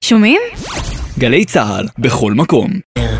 שומעים? גלי צהל, בכל מקום.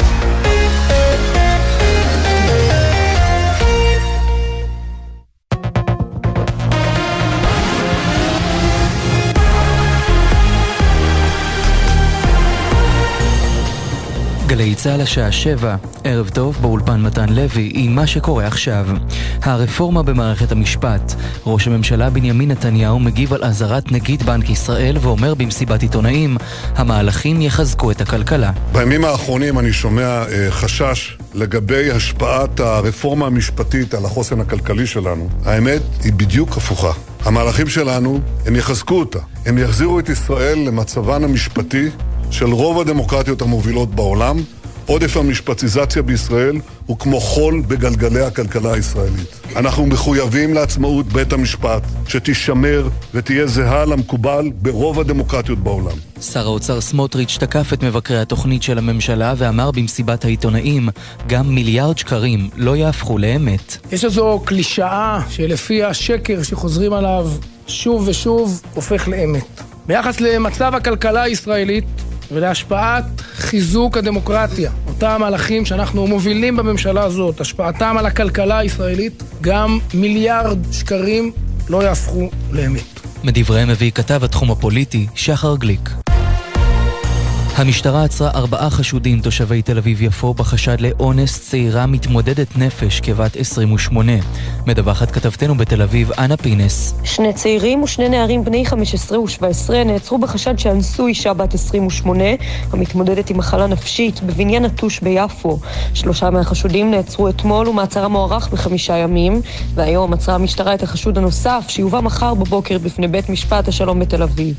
גלי צהל השעה 7, ערב טוב באולפן מתן לוי עם מה שקורה עכשיו. הרפורמה במערכת המשפט. ראש הממשלה בנימין נתניהו מגיב על אזהרת נגיד בנק ישראל ואומר במסיבת עיתונאים, המהלכים יחזקו את הכלכלה. בימים האחרונים אני שומע חשש לגבי השפעת הרפורמה המשפטית על החוסן הכלכלי שלנו. האמת היא בדיוק הפוכה. המהלכים שלנו, הם יחזקו אותה. הם יחזירו את ישראל למצבן המשפטי של רוב הדמוקרטיות המובילות בעולם. עודף המשפטיזציה בישראל הוא כמו חול בגלגלי הכלכלה הישראלית. אנחנו מחויבים לעצמאות בית המשפט, שתישמר ותהיה זהה למקובל ברוב הדמוקרטיות בעולם. שר האוצר סמוטריץ' תקף את מבקרי התוכנית של הממשלה ואמר במסיבת העיתונאים, גם מיליארד שקרים לא יהפכו לאמת. יש איזו קלישאה שלפי השקר שחוזרים עליו שוב ושוב הופך לאמת. ביחס למצב הכלכלה הישראלית ולהשפעת חיזוק הדמוקרטיה, אותם מהלכים שאנחנו מובילים בממשלה הזאת, השפעתם על הכלכלה הישראלית, גם מיליארד שקרים לא יהפכו לאמת. מדבריהם מביא כתב התחום הפוליטי שחר גליק. המשטרה עצרה 4 חשודים תושבי תל אביב יפו בחשד לאונס צעירה מתמודדת נפש כבת 28. מדווחת כתבתנו בתל אביב אנה פינס. 2 צעירים ו2 נערים בני 15 ו17 נעצרו בחשד שאנסו אישה בת 28 המתמודדת עם מחלה נפשית בבניין נטוש ביפו. 3 מהחשודים נעצרו אתמול ומעצרם מוארך ב5 ימים, והיום עצרה המשטרה את החשוד הנוסף שיובא מחר בבוקר בפני בית משפט השלום בתל אביב.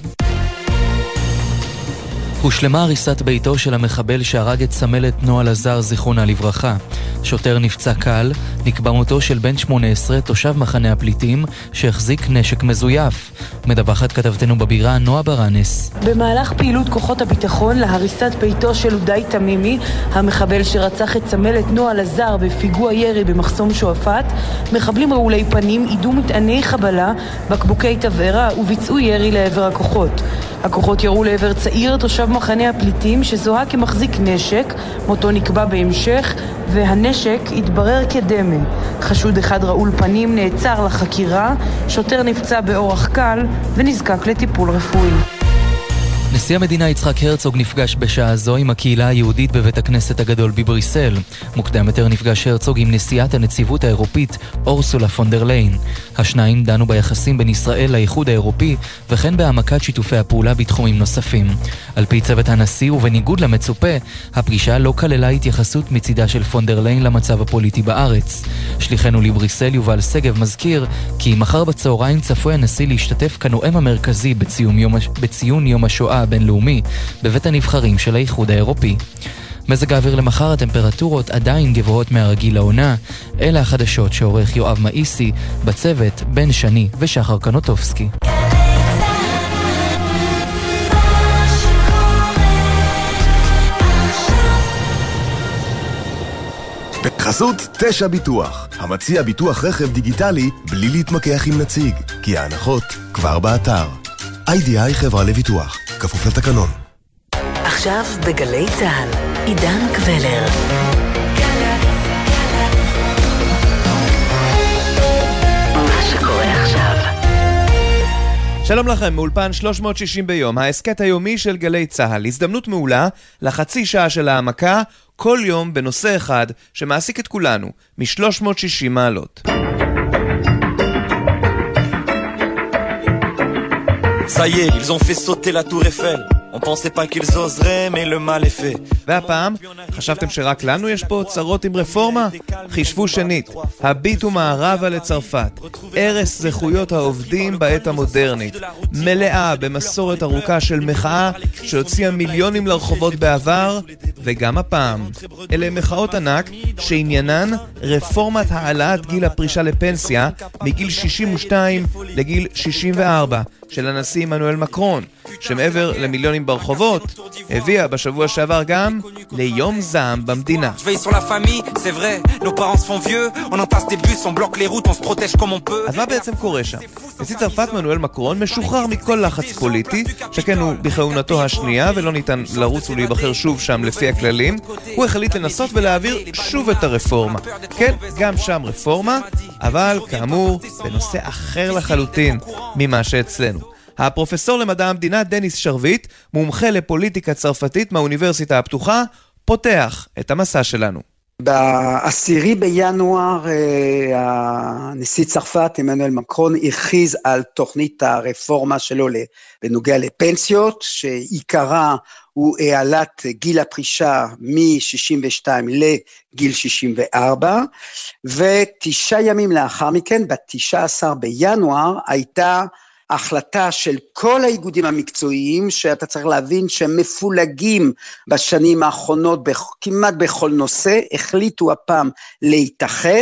הושלמה הריסת ביתו של המחבל שהרג את סמלת נועה לזר זיכרונה לברכה. שוטר נפצע קל, נקבע מותו של בן 18 תושב מחנה הפליטים שהחזיק נשק מזויף. מדווחת כתבתנו בבירה נועה ברנס. במהלך פעילות כוחות הביטחון להריסת ביתו של אודאי תמימי, המחבל שרצח את סמלת נועה לזר בפיגוע ירי במחסום שועפאט, מחבלים רעולי פנים עידו מטעני חבלה, בקבוקי תבערה וביצעו ירי לעבר הכוחות. הכוחות ירו לעבר צעיר תושב מחנה הפליטים שזוהה כמחזיק נשק, מותו נקבע בהמשך, והנשק התברר כדמה. חשוד אחד רעול פנים נעצר לחקירה, שוטר נפצע באורח קל ונזקק לטיפול רפואי. נשיא המדינה יצחק הרצוג נפגש בשעה זו עם הקהילה היהודית בבית הכנסת הגדול בבריסל. מוקדם יותר נפגש הרצוג עם נשיאת הנציבות האירופית אורסולה פון דר ליין. השניים דנו ביחסים בין ישראל לאיחוד האירופי וכן בהעמקת שיתופי הפעולה בתחומים נוספים. על פי צוות הנשיא ובניגוד למצופה, הפגישה לא כללה התייחסות מצידה של פון דר ליין למצב הפוליטי בארץ. שליחנו לבריסל יובל סגב מזכיר כי מחר בצהריים צפוי הנשיא להשתתף כנואם המרכזי בציון יום השואה הבינלאומי בבית הנבחרים של האיחוד האירופי. מזג האוויר למחר, הטמפרטורות עדיין גבוהות מהרגיל לעונה. אלה החדשות שעורך יואב מאיסי, בצוות בן שני ושחר קנוטובסקי. בחסות 9 ביטוח, המציע ביטוח רכב דיגיטלי בלי להתמקח עם נציג, כי ההנחות כבר באתר. IDI חברה לביטוח, כפוף לתקנון. עכשיו בגלי צהל, עידן קבלר. מה שקורה עכשיו. שלום לכם, מאולפן 360 ביום, העסקת היומי של גלי צהל. הזדמנות מעולה לחצי שעה של העמקה, כל יום בנושא אחד שמעסיק את כולנו, מ-360 מעלות. Ça y est, ils ont fait sauter la tour Eiffel. On pensait pas qu'ils oseraient, mais le mal est fait. והפעם, חשבתם שרק לנו יש פה צרות עם רפורמה? חישבו שנית, הביטו מערבה לצרפת. ערש זכויות העובדים בעת המודרנית. מלאה במסורת ארוכה של מחאה שהוציאה מיליונים לרחובות בעבר, וגם הפעם. אלה מחאות ענק שעניינן רפורמת העלאת גיל הפרישה לפנסיה מגיל 62 לגיל 64 של הנשיא עמנואל מקרון. שמעבר למיליונים ברחובות, הביאה בשבוע שעבר גם ליום זעם במדינה. אז מה בעצם קורה שם? נשיא צרפת מנואל מקרון משוחרר מכל לחץ פוליטי, שכן הוא בכהונתו השנייה ולא ניתן לרוץ ולהיבחר שוב שם לפי הכללים. הוא החליט לנסות ולהעביר שוב את הרפורמה. כן, גם שם רפורמה, אבל כאמור בנושא אחר לחלוטין ממה שאצלנו. הפרופסור למדע המדינה דניס שרביט, מומחה לפוליטיקה צרפתית מהאוניברסיטה הפתוחה, פותח את המסע שלנו. ב10 בינואר הנשיא צרפת עמנואל מקרון הכריז על תוכנית הרפורמה שלו בנוגע לפנסיות, שעיקרה הוא העלאת גיל הפרישה מ-62 לגיל 64, ו9 ימים לאחר מכן, ב-19 בינואר, הייתה החלטה של כל האיגודים המקצועיים, שאתה צריך להבין שהם מפולגים בשנים האחרונות כמעט בכל נושא, החליטו הפעם להתאחד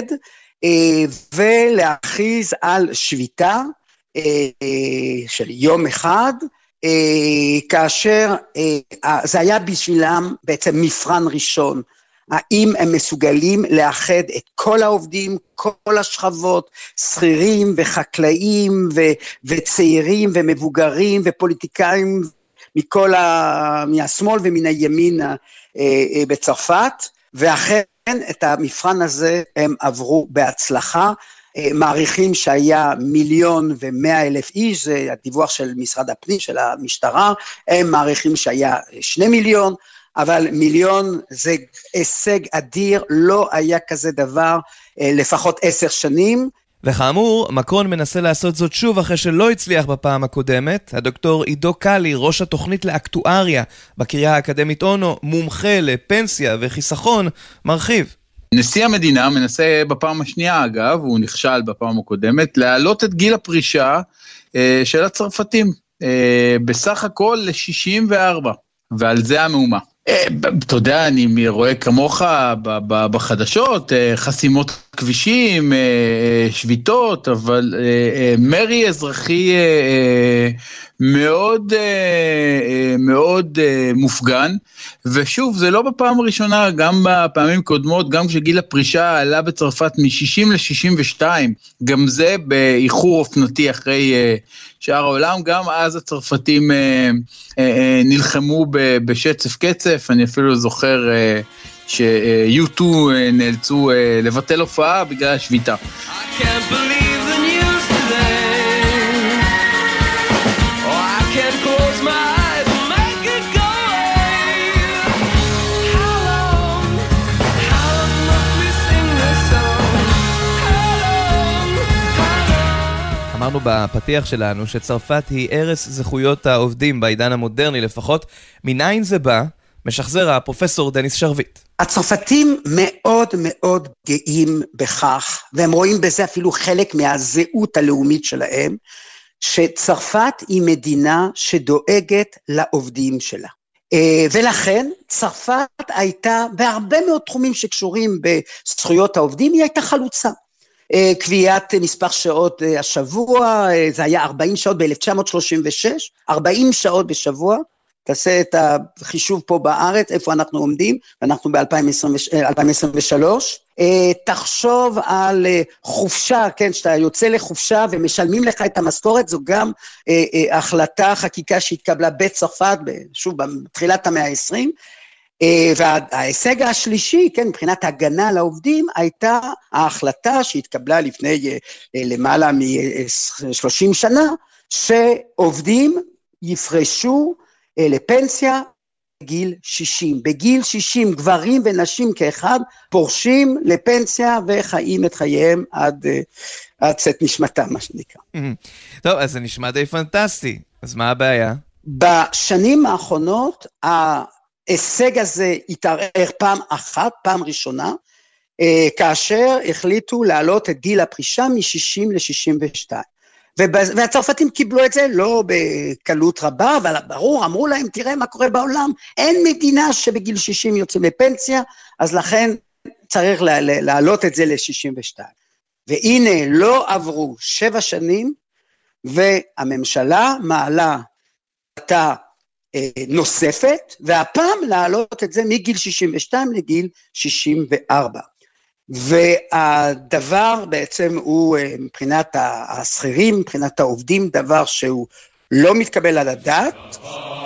ולהכריז על שביתה של יום אחד, כאשר זה היה בשבילם בעצם מבחן ראשון, האם הם מסוגלים לאחד את כל העובדים, כל השכבות, שכירים וחקלאים וצעירים ומבוגרים ופוליטיקאים מהשמאל ומן הימין בצרפת, ואכן את המבחן הזה הם עברו בהצלחה, מעריכים שהיה 1,100,000 איש, זה הדיווח של משרד הפנים, של המשטרה, הם מעריכים שהיה 2 מיליון, אבל 1,000,000 זה הישג אדיר, לא היה כזה דבר לפחות 10 שנים. וכאמור, מקרון מנסה לעשות זאת שוב אחרי שלא הצליח בפעם הקודמת. הדוקטור עידו קלי, ראש התוכנית לאקטואריה בקריה האקדמית אונו, מומחה לפנסיה וחיסכון, מרחיב. נשיא המדינה מנסה בפעם השנייה, אגב, הוא נכשל בפעם הקודמת, להעלות את גיל הפרישה של הצרפתים, בסך הכל ל-64, ועל זה המהומה. אתה יודע, אני רואה כמוך בחדשות, חסימות כבישים, שביתות, אבל מרי אזרחי מאוד מאוד מופגן, ושוב, זה לא בפעם הראשונה, גם בפעמים קודמות, גם כשגיל הפרישה עלה בצרפת מ-60 ל-62, גם זה באיחור אופנתי אחרי שאר העולם, גם אז הצרפתים נלחמו בשצף קצף, אני אפילו זוכר ש-U2 נאלצו לבטל הופעה בגלל השביתה. I can't believe the news today. Oh, I can't close my eyes and make it go away. How long must we sing this song? How long? אמרנו בפתיח שלנו שצרפת היא ערש זכויות העובדים בעידן המודרני לפחות. מניין זה בא? משחזר הפרופסור דניס שרביט. הצרפתים מאוד מאוד גאים בכך, והם רואים בזה אפילו חלק מהזהות הלאומית שלהם, שצרפת היא מדינה שדואגת לעובדים שלה. ולכן צרפת הייתה בהרבה מאוד תחומים שקשורים בזכויות העובדים, היא הייתה חלוצה. קביעת מספר שעות השבוע, זה היה 40 שעות ב-1936, 40 שעות בשבוע, תעשה את החישוב פה בארץ, איפה אנחנו עומדים, ואנחנו ב-2023, תחשוב על חופשה, כן, שאתה יוצא לחופשה ומשלמים לך את המשכורת, זו גם החלטה, חקיקה שהתקבלה בצרפת, שוב, בתחילת המאה ה-20, וההישג השלישי, כן, מבחינת הגנה לעובדים, הייתה ההחלטה שהתקבלה לפני למעלה מ-30 שנה, שעובדים יפרשו לפנסיה בגיל 60. בגיל 60 גברים ונשים כאחד פורשים לפנסיה וחיים את חייהם עד צאת נשמתם, מה שנקרא. טוב, אז זה נשמע די פנטסטי. אז מה הבעיה? בשנים האחרונות ההישג הזה התערער פעם ראשונה, כאשר החליטו להעלות את גיל הפרישה מ-60 ל-62. והצרפתים קיבלו את זה לא בקלות רבה, אבל ברור, אמרו להם, תראה מה קורה בעולם, אין מדינה שבגיל 60 יוצאים לפנסיה, אז לכן צריך להעלות את זה ל-62. והנה, לא עברו 7 שנים, והממשלה מעלה החלטה נוספת, והפעם להעלות את זה מגיל 62 לגיל 64. והדבר בעצם הוא מבחינת השכירים, מבחינת העובדים, דבר שהוא לא מתקבל על הדעת.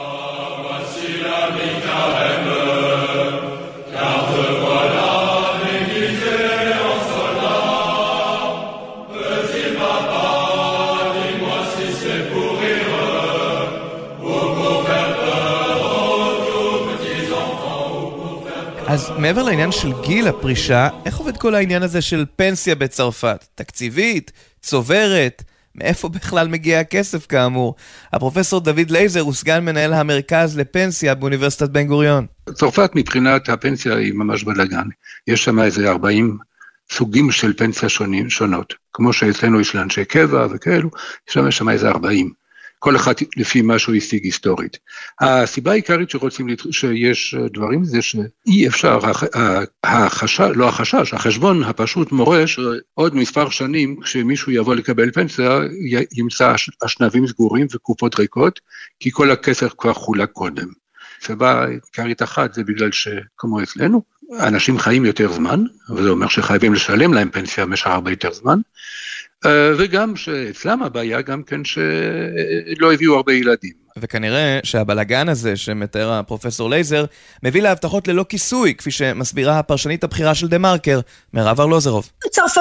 אז מעבר לעניין של גיל הפרישה, איך עובד כל העניין הזה של פנסיה בצרפת? תקציבית? צוברת? מאיפה בכלל מגיע הכסף כאמור? הפרופסור דוד לייזר הוא סגן מנהל המרכז לפנסיה באוניברסיטת בן גוריון. צרפת מבחינת הפנסיה היא ממש בלגן. יש שם איזה 40 סוגים של פנסיה שונות. כמו שאצלנו יש לאנשי קבע וכאלו, יש שם איזה 40. כל אחד לפי מה שהוא השיג היסטורית. הסיבה העיקרית שרוצים שיש דברים זה שאי אפשר, החשבון הפשוט מורה שעוד מספר שנים כשמישהו יבוא לקבל פנסיה ימצא אשנבים סגורים וקופות ריקות, כי כל הכסף כבר חולק קודם. סיבה העיקרית אחת זה בגלל שכמו אצלנו, אנשים חיים יותר זמן, וזה אומר שחייבים לשלם להם פנסיה במשך הרבה יותר זמן, וגם שאצלם הבעיה גם כן שלא הביאו הרבה ילדים. וכנראה שהבלגן הזה שמתאר הפרופסור לייזר מביא להבטחות ללא כיסוי, כפי שמסבירה הפרשנית הבחירה של דה מרקר, מירב ארלוזרוב.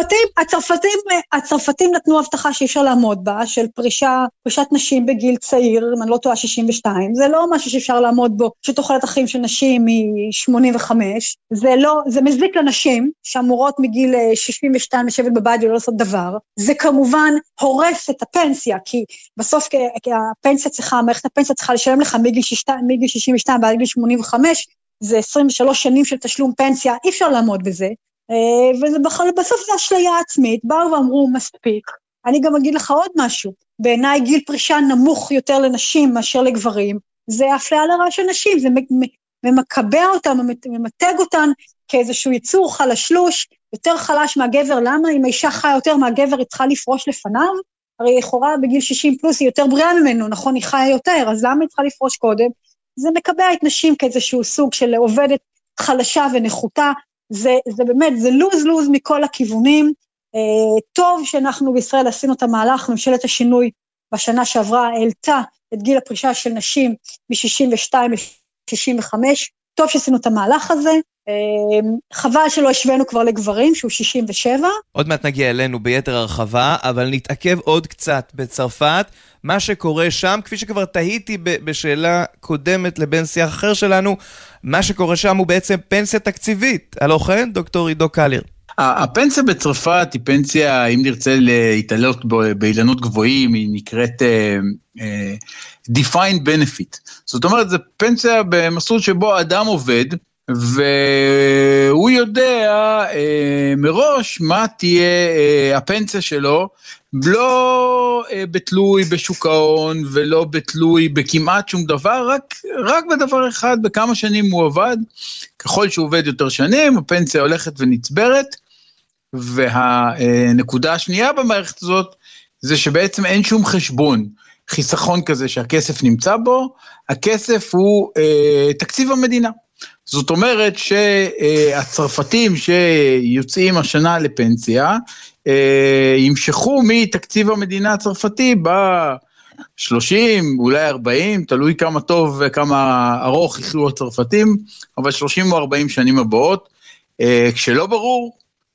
הצרפתים נתנו הבטחה שאי אפשר לעמוד בה, של פרישת נשים בגיל צעיר, אם אני לא טועה 62, זה לא משהו שאפשר לעמוד בו, שתוחלת החיים של נשים היא 85, זה מזיק לנשים, שאמורות מגיל 62 לשבת בבית ולא לעשות דבר, זה כמובן הורס את הפנסיה, כי בסוף הפנסיה צריכה לשלם לך מגיל 62 ועד גיל 85, זה 23 שנים של תשלום פנסיה, אי אפשר לעמוד בזה, ובסוף זה אשליה עצמית, באו ואמרו מספיק. אני גם אגיד לך עוד משהו, בעיניי גיל פרישה נמוך יותר לנשים מאשר לגברים, זה אפליה לרעה של נשים, זה ממקבע אותם, ממתג אותן כאיזשהו יצור חלשלוש, יותר חלש מהגבר, למה? אם האישה חיה יותר מהגבר, היא צריכה לפרוש לפניו, הרי לכאורה בגיל 60 פלוס היא יותר בריאה ממנו, נכון, היא חיה יותר, אז למה היא צריכה לפרוש קודם? זה מקבע את נשים כאיזשהו סוג של עובדת חלשה ונחותה, זה באמת, זה לוז מכל הכיוונים, טוב שאנחנו בישראל עשינו את המהלך, ממשלת השינוי בשנה שעברה העלתה את גיל הפרישה של נשים מ-62 ל-65, טוב שעשינו את המהלך הזה, חבל שלא השווינו כבר לגברים, שהוא 67. עוד מעט נגיע אלינו ביתר הרחבה, אבל נתעכב עוד קצת בצרפת, מה שקורה שם, כפי שכבר תהיתי בשאלה קודמת לבן שיח אחר שלנו, מה שקורה שם הוא בעצם פנסיה תקציבית, הלא כן, דוקטור עידו קליר? הפנסיה בצרפת היא פנסיה, אם נרצה להתעלות באילנות גבוהים, היא נקראת defined benefit. זאת אומרת, זה פנסיה במסלול שבו אדם עובד, והוא יודע מראש מה תהיה הפנסיה שלו, לא בתלוי בשוק ההון, ולא בתלוי בכמעט שום דבר, רק בדבר אחד, בכמה שנים הוא עבד, ככל שהוא עובד יותר שנים, הפנסיה הולכת ונצברת, והנקודה השנייה במערכת הזאת, זה שבעצם אין שום חשבון, חיסכון כזה שהכסף נמצא בו, הכסף הוא תקציב המדינה. זאת אומרת שהצרפתים שיוצאים השנה לפנסיה, ימשכו מתקציב המדינה הצרפתי ב-30, אולי 40, תלוי כמה טוב וכמה ארוך יחיו הצרפתים, אבל 30 או 40 שנים הבאות, כשלא ברור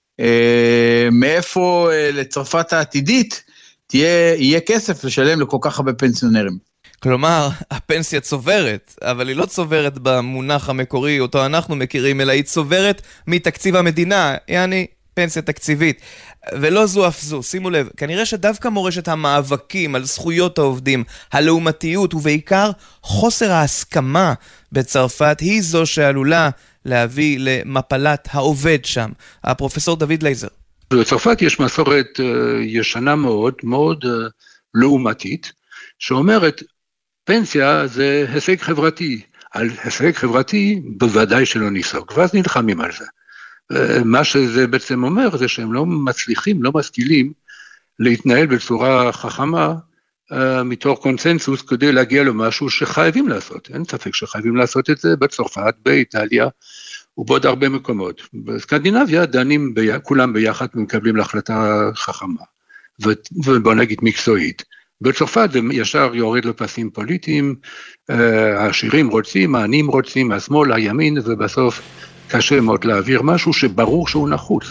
מאיפה לצרפת העתידית יהיה כסף לשלם לכל כך הרבה פנסיונרים. כלומר, הפנסיה צוברת, אבל היא לא צוברת במונח המקורי אותו אנחנו מכירים, אלא היא צוברת מתקציב המדינה, יעני פנסיה תקציבית. ולא זו אף זו, שימו לב, כנראה שדווקא מורשת המאבקים על זכויות העובדים, הלאומתיות ובעיקר חוסר ההסכמה בצרפת היא זו שעלולה להביא למפלת העובד שם. הפרופסור דוד לייזר. בצרפת יש מסורת ישנה מאוד, מאוד לעומתית, שאומרת, פנסיה זה הישג חברתי, על הישג חברתי בוודאי שלא ניסוג, ואז נלחמים על זה. מה שזה בעצם אומר זה שהם לא מצליחים, לא משכילים להתנהל בצורה חכמה מתוך קונסנזוס כדי להגיע למשהו שחייבים לעשות. אין ספק שחייבים לעשות את זה בצרפת, באיטליה ובעוד הרבה מקומות. בסקנדינביה דנים כולם ביחד ומקבלים להחלטה חכמה, ובוא נגיד מקצועית. בצרפת זה ישר יורד לפסים פוליטיים, העשירים רוצים, העניים רוצים, השמאל, הימין, ובסוף קשה מאוד להעביר משהו שברור שהוא נחוץ.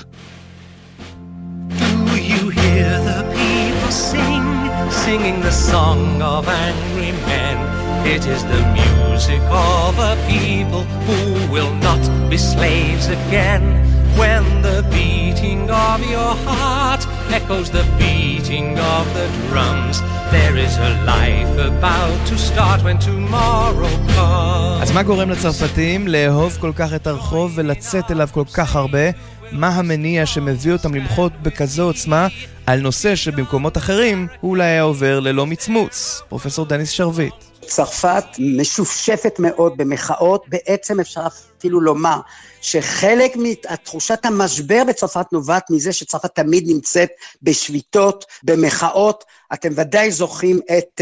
Singing the song of angry men. It is the music of a people who will not be slaves again. When the beating of your heart echoes the beating of the drums, there is a life about to start when tomorrow comes. אז מה גורם לצרפתים לאהוב כל כך את הרחוב ולצאת אליו כל כך הרבה? מה המניע שמביא אותם למחות בכזו עוצמה על נושא שבמקומות אחרים אולי היה עובר ללא מצמוץ? פרופסור דניס שרביט. צרפת משופשפת מאוד במחאות, בעצם אפשר אפילו לומר שחלק מתחושת המשבר בצרפת נובעת מזה שצרפת תמיד נמצאת בשביתות, במחאות. אתם ודאי זוכרים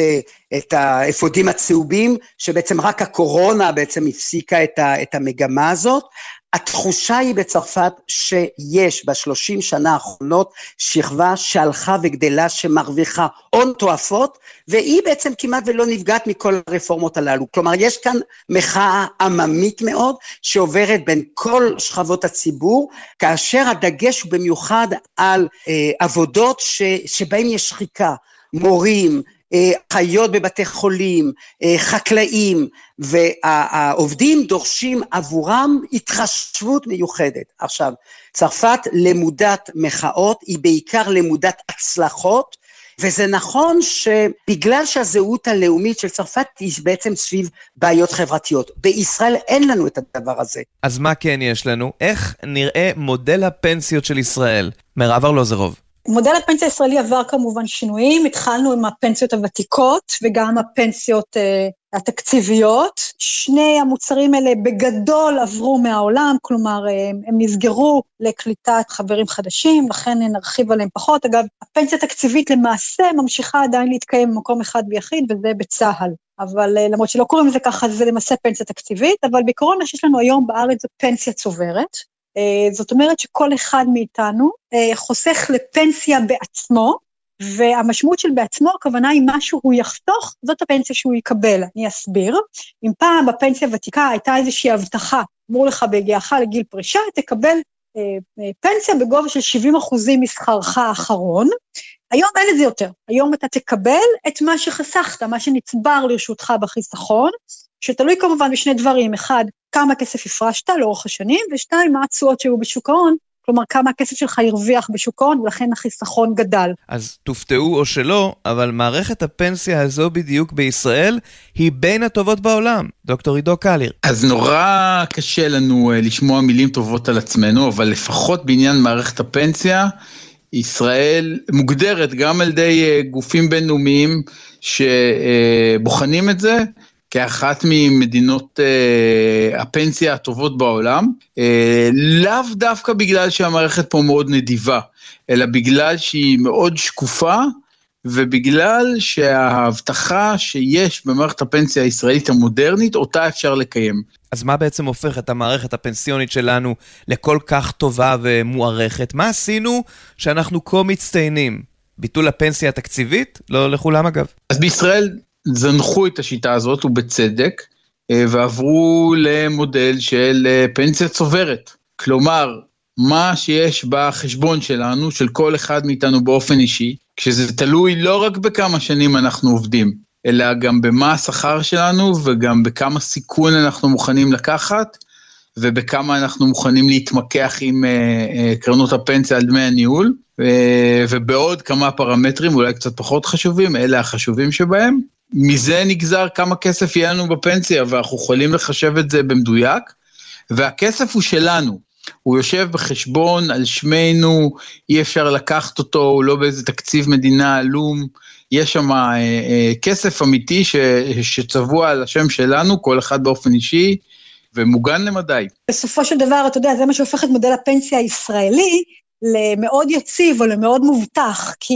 את האפודים הצהובים, שבעצם רק הקורונה בעצם הפסיקה את המגמה הזאת. התחושה היא בצרפת שיש ב30 שנה האחרונות שכבה שהלכה וגדלה שמרוויחה הון תועפות, והיא בעצם כמעט ולא נפגעת מכל הרפורמות הללו. כלומר, יש כאן מחאה עממית מאוד שעוברת בין כל שכבות הציבור, כאשר הדגש הוא במיוחד על עבודות שבהם יש שחיקה, מורים, חיות בבתי חולים, חקלאים, והעובדים דורשים עבורם התחשבות מיוחדת. עכשיו, צרפת למודת מחאות, היא בעיקר למודת הצלחות, וזה נכון שבגלל שהזהות הלאומית של צרפת היא בעצם סביב בעיות חברתיות. בישראל אין לנו את הדבר הזה. אז מה כן יש לנו? איך נראה מודל הפנסיות של ישראל? מירב ארלוזרוב. מודל הפנסיה הישראלי עבר כמובן שינויים, התחלנו עם הפנסיות הוותיקות וגם הפנסיות התקציביות, שני המוצרים האלה בגדול עברו מהעולם, כלומר הם נסגרו לקליטת חברים חדשים, לכן נרחיב עליהם פחות. אגב, הפנסיה התקציבית למעשה ממשיכה עדיין להתקיים במקום אחד ויחיד, וזה בצה"ל. אבל למרות שלא קוראים לזה ככה, זה למעשה פנסיה תקציבית, אבל בעיקרון מה שיש לנו היום בארץ זה פנסיה צוברת, זאת אומרת שכל אחד מאיתנו חוסך לפנסיה בעצמו, והמשמעות של בעצמו, הכוונה היא משהו הוא יחתוך, זאת הפנסיה שהוא יקבל. אני אסביר. אם פעם בפנסיה ותיקה הייתה איזושהי הבטחה, אמרו לך בהגיעך לגיל פרישה, תקבל פנסיה בגובה של 70% משכרך האחרון, היום אין את זה יותר. היום אתה תקבל את מה שחסכת, מה שנצבר לרשותך בחיסכון, שתלוי כמובן בשני דברים, אחד, כמה כסף הפרשת לאורך השנים, ושתיים, מה התשואות שהיו בשוק ההון, כלומר כמה הכסף שלך הרוויח בשוק ההון, ולכן החיסכון גדל. אז תופתעו או שלא, אבל מערכת הפנסיה הזו בדיוק בישראל, היא בין הטובות בעולם. דוקטור עידו קליר. אז נורא קשה לנו לשמוע מילים טובות על עצמנו, אבל לפחות בעניין מערכת הפנסיה, ישראל מוגדרת גם על ידי גופים בינלאומיים שבוחנים את זה, כאחת ממדינות הפנסיה הטובות בעולם, לאו דווקא בגלל שהמערכת פה מאוד נדיבה, אלא בגלל שהיא מאוד שקופה, ובגלל שההבטחה שיש במערכת הפנסיה הישראלית המודרנית, אותה אפשר לקיים. אז מה בעצם הופך את המערכת הפנסיונית שלנו לכל כך טובה ומוערכת? מה עשינו שאנחנו כה מצטיינים? ביטול הפנסיה התקציבית? לא לכולם אגב. אז בישראל זנחו את השיטה הזאת ובצדק, ועברו למודל של פנסיה צוברת. כלומר, מה שיש בחשבון שלנו, של כל אחד מאיתנו באופן אישי, כשזה תלוי לא רק בכמה שנים אנחנו עובדים, אלא גם במה השכר שלנו, וגם בכמה סיכון אנחנו מוכנים לקחת, ובכמה אנחנו מוכנים להתמקח עם קרנות הפנסיה על דמי הניהול, ובעוד כמה פרמטרים, אולי קצת פחות חשובים, אלה החשובים שבהם. מזה נגזר כמה כסף יהיה לנו בפנסיה, ואנחנו יכולים לחשב את זה במדויק, והכסף הוא שלנו, הוא יושב בחשבון על שמנו, אי אפשר לקחת אותו, הוא לא באיזה תקציב מדינה עלום, יש שם כסף אמיתי שצבוע על השם שלנו, כל אחד באופן אישי, ומוגן למדי. בסופו של דבר, אתה יודע, זה מה שהופך את מודל הפנסיה הישראלי, למאוד יציב או למאוד מובטח, כי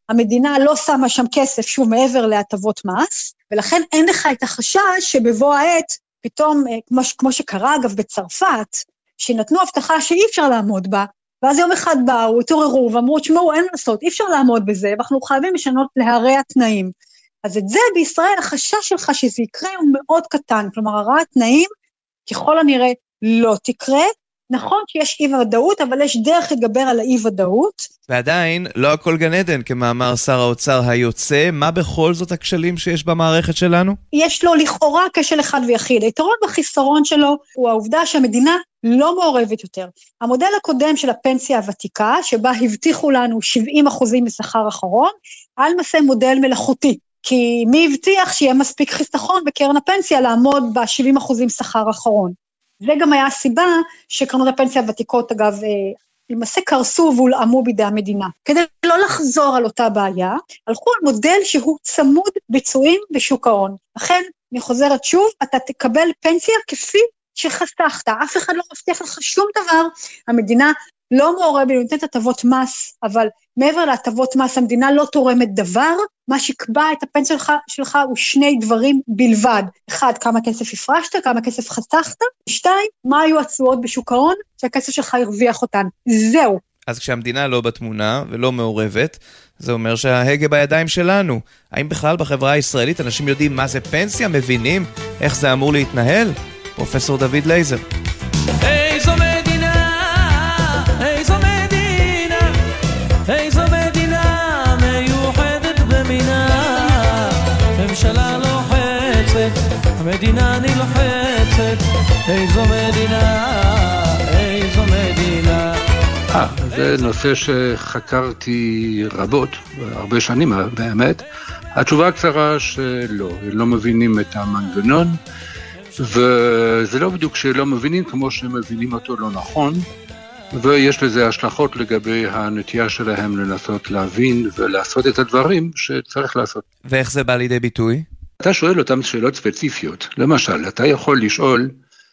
המדינה לא שמה שם כסף שוב מעבר להטבות מס, ולכן אין לך את החשש שבבוא העת, פתאום, כמו שקרה אגב בצרפת, שנתנו הבטחה שאי אפשר לעמוד בה, ואז יום אחד באו, התעוררו, ואמרו, תשמעו, אין לעשות, אי אפשר לעמוד בזה, ואנחנו חייבים לשנות להרי התנאים. אז את זה בישראל, החשש שלך שזה יקרה הוא מאוד קטן, כלומר, הרי התנאים, ככל הנראה, לא תקרה, נכון שיש אי ודאות, אבל יש דרך להתגבר על האי ודאות. ועדיין, לא הכל גן עדן, כמאמר שר האוצר היוצא, מה בכל זאת הכשלים שיש במערכת שלנו? יש לו לכאורה כשל אחד ויחיד. היתרון והחיסרון שלו הוא העובדה שהמדינה לא מעורבת יותר. המודל הקודם של הפנסיה הוותיקה, שבה הבטיחו לנו 70% משכר אחרון, על למעשה מודל מלאכותי. כי מי הבטיח שיהיה מספיק חיסכון בקרן הפנסיה לעמוד ב-70% שכר אחרון. זה גם היה הסיבה שקרנות הפנסיה הוותיקות, אגב, למעשה קרסו והולעמו בידי המדינה. כדי לא לחזור על אותה בעיה, הלכו על מודל שהוא צמוד ביצועים בשוק ההון. לכן, אני חוזרת שוב, אתה תקבל פנסיה כפי שחסכת. אף אחד לא מבטיח לך שום דבר, המדינה לא מעורבת, נותנת הטבות מס, אבל מעבר להטבות מס, המדינה לא תורמת דבר, מה שיקבע את הפנסיה שלך הוא שני דברים בלבד. אחד, כמה כסף הפרשת, כמה כסף חסכת, שתיים, מה היו התשואות בשוק ההון, שהכסף שלך הרוויח אותן. זהו. אז כשהמדינה לא בתמונה ולא מעורבת, זה אומר שההגה בידיים שלנו. האם בכלל בחברה הישראלית אנשים יודעים מה זה פנסיה, מבינים איך זה אמור להתנהל? פרופסור דוד לייזר. איזו מדינה, איזו מדינה, איזו מדינה מיוחדת במינה, ממשלה לוחצת, המדינה נלחצת, איזו מדינה, איזו מדינה. זה נושא שחקרתי רבות, הרבה שנים באמת. התשובה הקצרה שלא, לא מבינים את המנגנון, וזה לא בדיוק שלא מבינים כמו שמבינים אותו לא נכון, ויש לזה השלכות לגבי הנטייה שלהם לנסות להבין ולעשות את הדברים שצריך לעשות. ואיך זה בא לידי ביטוי? אתה שואל אותם שאלות ספציפיות. למשל, אתה יכול לשאול,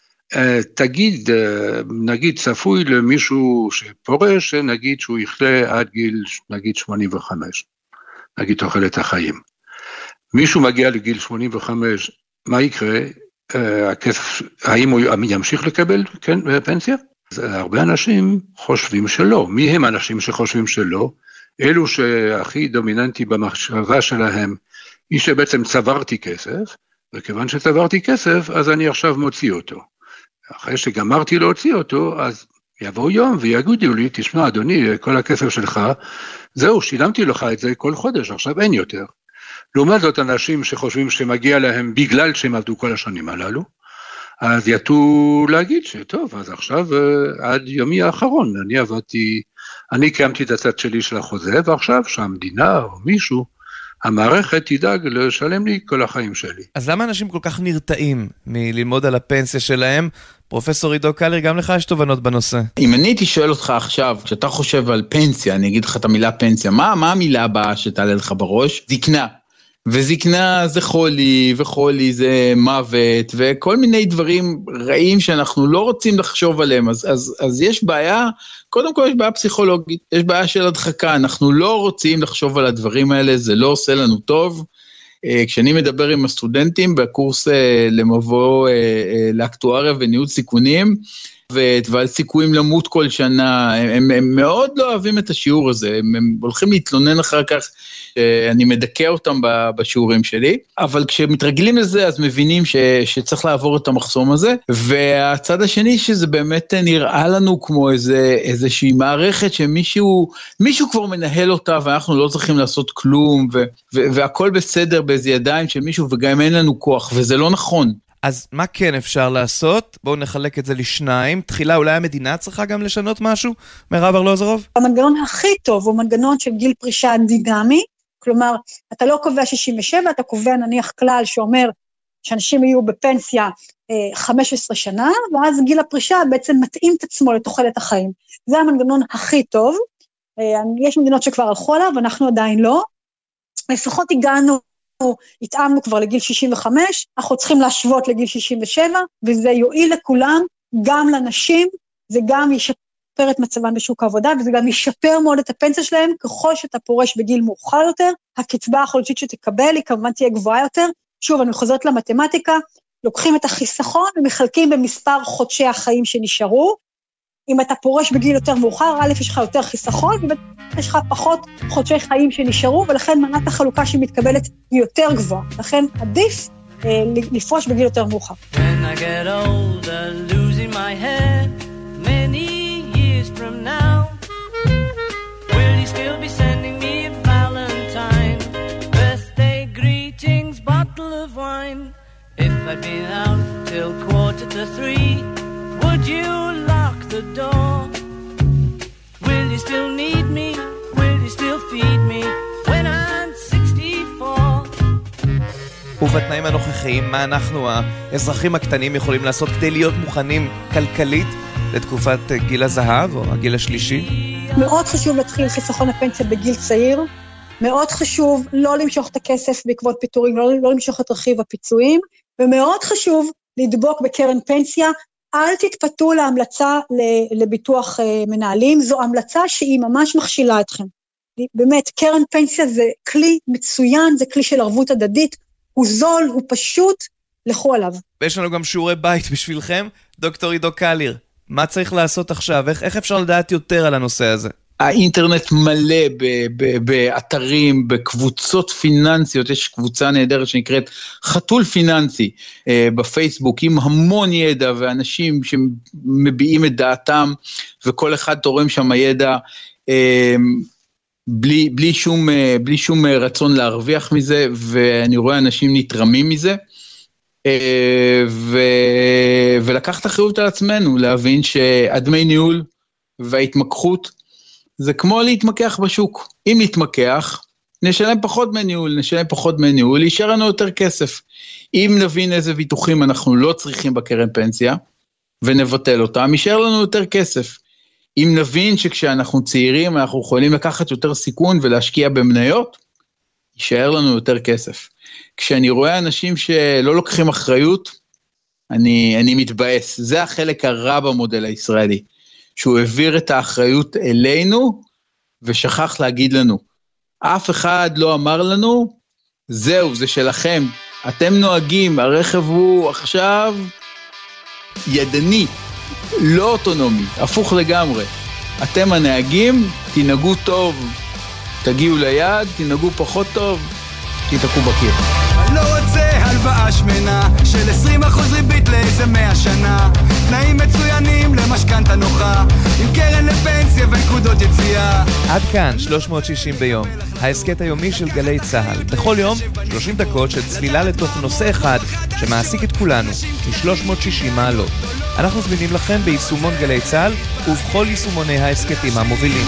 תגיד, נגיד צפוי למישהו שפורש, נגיד שהוא יחלה עד גיל, נגיד 85, נגיד תוחלת החיים. מישהו מגיע לגיל 85, מה יקרה? הכסף, האם הוא ימשיך לקבל פנסיה? אז הרבה אנשים חושבים שלא. מי הם האנשים שחושבים שלא? אלו שהכי דומיננטי במחשבה שלהם, היא שבעצם צברתי כסף, וכיוון שצברתי כסף, אז אני עכשיו מוציא אותו. אחרי שגמרתי להוציא אותו, אז יבואו יום ויגידו לי, תשמע אדוני, כל הכסף שלך, זהו, שילמתי לך את זה כל חודש, עכשיו אין יותר. לעומת זאת אנשים שחושבים שמגיע להם בגלל שהם עבדו כל השנים הללו, אז יתו להגיד שטוב, אז עכשיו עד יומי האחרון, אני קיימתי את הצד שלי של החוזה, ועכשיו שהמדינה או מישהו, המערכת תדאג לשלם לי כל החיים שלי. אז למה אנשים כל כך נרתעים מללמוד על הפנסיה שלהם? פרופסור עידו קלר, גם לך יש תובנות בנושא. אם אני הייתי שואל אותך עכשיו, כשאתה חושב על פנסיה, אני אגיד לך את המילה פנסיה, מה המילה הבאה שתעלה לך בראש? זקנה. וזקנה זה חולי, וחולי זה מוות, וכל מיני דברים רעים שאנחנו לא רוצים לחשוב עליהם. אז יש בעיה, קודם כל יש בעיה פסיכולוגית, יש בעיה של הדחקה, אנחנו לא רוצים לחשוב על הדברים האלה, זה לא עושה לנו טוב. כשאני מדבר עם הסטודנטים בקורס למבוא לאקטואריה וניהול סיכונים, ועל סיכויים למות כל שנה, הם מאוד לא אוהבים את השיעור הזה, הם הולכים להתלונן אחר כך, אני מדכא אותם בשיעורים שלי, אבל כשמתרגלים לזה, אז מבינים שצריך לעבור את המחסום הזה, והצד השני שזה באמת נראה לנו כמו איזושהי מערכת שמישהו כבר מנהל אותה, ואנחנו לא צריכים לעשות כלום, והכל בסדר באיזה ידיים של מישהו, וגם אין לנו כוח, וזה לא נכון. אז מה כן אפשר לעשות? בואו נחלק את זה לשניים. תחילה אולי המדינה צריכה גם לשנות משהו? מירב ארלוזורוב? המנגנון הכי טוב הוא מנגנון של גיל פרישה דינמי, כלומר, אתה לא קובע 67, אתה קובע נניח כלל שאומר שאנשים יהיו בפנסיה 15 שנה, ואז גיל הפרישה בעצם מתאים את עצמו לתוחלת החיים. זה המנגנון הכי טוב. יש מדינות שכבר הלכו עליו, אנחנו עדיין לא. לפחות התאמנו כבר לגיל 65, אנחנו צריכים להשוות לגיל 67, וזה יועיל לכולם, גם לנשים, זה גם ישפר את מצבן בשוק העבודה, וזה גם ישפר מאוד את הפנסיה שלהם, ככל שאתה פורש בגיל מאוחר יותר, הקצבה החודשית שתקבל היא כמובן תהיה גבוהה יותר. שוב, אני חוזרת למתמטיקה, לוקחים את החיסכון ומחלקים במספר חודשי החיים שנשארו. אם אתה פורש בגיל יותר מאוחר, א' יש לך יותר חיסכון, ויש לך פחות חודשי חיים שנשארו, ולכן מנת החלוקה שמתקבלת היא יותר גבוהה. לכן עדיף לפרוש בגיל יותר מאוחר. When I get older, losing my head, many years from now, will you still be sending me a Valentine, birthday greetings, bottle of wine? If I'd been out till 2:45, would you lock the door? Will you still need me? Will you still feed me when I'm 64? ובתנאים הנוכחיים, מה אנחנו, האזרחים הקטנים, יכולים לעשות כדי להיות מוכנים כלכלית לתקופת גיל הזהב או הגיל השלישי? מאוד חשוב להתחיל חיסכון הפנסיה בגיל צעיר, מאוד חשוב לא למשוך את הכסף בעקבות פיטורים, לא למשוך את רכיב הפיצויים, ומאוד חשוב לדבוק בקרן פנסיה. אל תתפתו להמלצה לביטוח מנהלים, זו המלצה שהיא ממש מכשילה אתכם. באמת, קרן פנסיה זה כלי מצוין, זה כלי של ערבות הדדית, הוא זול, הוא פשוט, לכו עליו. ויש לנו גם שיעורי בית בשבילכם. דוקטור עידו קליר, מה צריך לעשות עכשיו? איך אפשר לדעת יותר על הנושא הזה? האינטרנט מלא באתרים, בקבוצות פיננסיות, יש קבוצה נהדרת שנקראת חתול פיננסי בפייסבוק, עם המון ידע ואנשים שמביעים את דעתם, וכל אחד תורם שם הידע, בלי שום רצון להרוויח מזה, ואני רואה אנשים נתרמים מזה, ולקחת אחריות על עצמנו, להבין שהדמי ניהול וההתמקחות, זה כמו להתמקח בשוק. אם נתמקח, נשלם פחות מניהול, יישאר לנו יותר כסף. אם נבין איזה ביטוחים אנחנו לא צריכים בקרן פנסיה, ונבטל אותם, יישאר לנו יותר כסף. אם נבין שכשאנחנו צעירים, אנחנו יכולים לקחת יותר סיכון ולהשקיע במניות, יישאר לנו יותר כסף. כשאני רואה אנשים שלא לוקחים אחריות, אני מתבאס. זה החלק הרע במודל הישראלי. שהוא העביר את האחריות אלינו, ושכח להגיד לנו. אף אחד לא אמר לנו, זהו, זה שלכם. אתם נוהגים, הרכב הוא עכשיו ידני, לא אוטונומי, הפוך לגמרי. אתם הנהגים, תנהגו טוב, תגיעו ליד, תנהגו פחות טוב, תתעקו בקיר. לא רוצה הלוואה שמנה של 20% ריבית לאיזה 100 שנה, תנאים מצוינים למשכנתה נוחה, עם קרן לפנסיה ונקודות יציאה. עד כאן 360 ביום, ההסקט היומי של גלי צהל. בכל יום 30 דקות של צלילה לתוך נושא אחד שמעסיק את כולנו מ-360 מעלות. אנחנו זמינים לכם ביישומון גלי צהל ובכל יישומוני ההסקטים המובילים.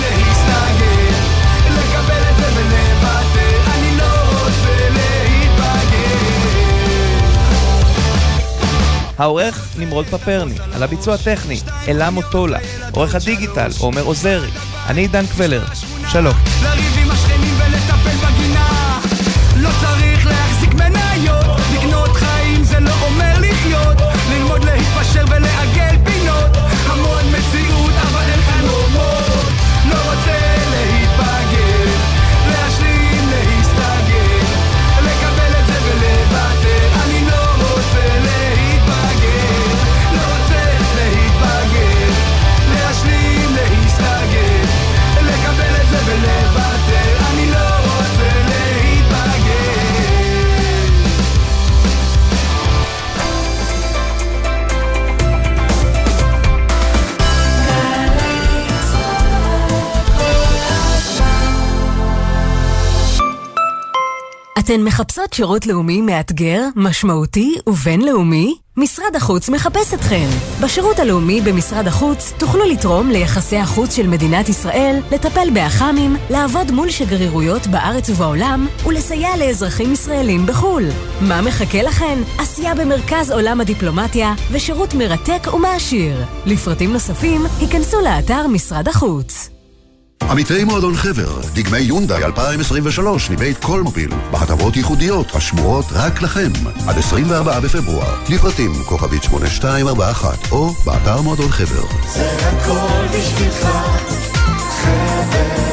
העורך נמרוד פפרני, על הביצוע הטכני אלה מוטולה, עורך הדיגיטל עומר עוזרי, אני עידן קבלר, שלום. לריב עם השכנים ולטפל בגינה, לא צריך להחזיק מניות, לקנות חיים זה לא אומר לחיות, ללמוד להתפשר ולעגל פינות, המון מציאות אבל אין חלומות, לא רוצה להתבגר, להשלים להסתגר, לקבל את זה ולוותר, אני לא רוצה להתבגר, לא רוצה להתבגר, להשלים להסתגר, לקבל את זה ולוותר, אני לא רוצה להתבגר. אתן מחפשות שירות לאומי מאתגר, משמעותי ובינלאומי? משרד החוץ מחפש אתכן. בשירות הלאומי במשרד החוץ תוכלו לתרום ליחסי החוץ של מדינת ישראל, לטפל באח"מים, לעבוד מול שגרירויות בארץ ובעולם ולסייע לאזרחים ישראלים בחו"ל. מה מחכה לכן? עשייה במרכז עולם הדיפלומטיה ושירות מרתק ומעשיר. לפרטים נוספים, היכנסו לאתר משרד החוץ. עמיתי מועדון חבר, דגמי יונדאי 2023 מבית קולמוביל, בהטבות ייחודיות השמורות רק לכם, עד 24 בפברואר. לפרטים כוכבית 8241 או באתר מועדון חבר. זה הכל בשבילך, חבר.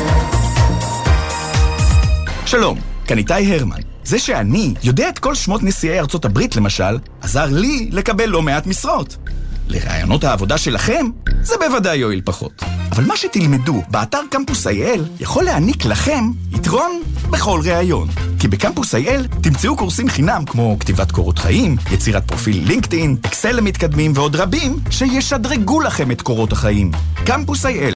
שלום, כאן איתי הרמן. זה שאני יודע את כל שמות נשיאי ארצות הברית למשל, עזר לי לקבל לא מעט משרות. לרעיונות העבודה שלכם, זה בוודאי יועיל פחות. אבל מה שתלמדו באתר קמפוס IL יכול להעניק לכם יתרון בכל רעיון. כי בקמפוס IL תמצאו קורסים חינם כמו כתיבת קורות חיים, יצירת פרופיל לינקדאין, אקסל למתקדמים ועוד רבים שישדרגו לכם את קורות החיים. קמפוס IL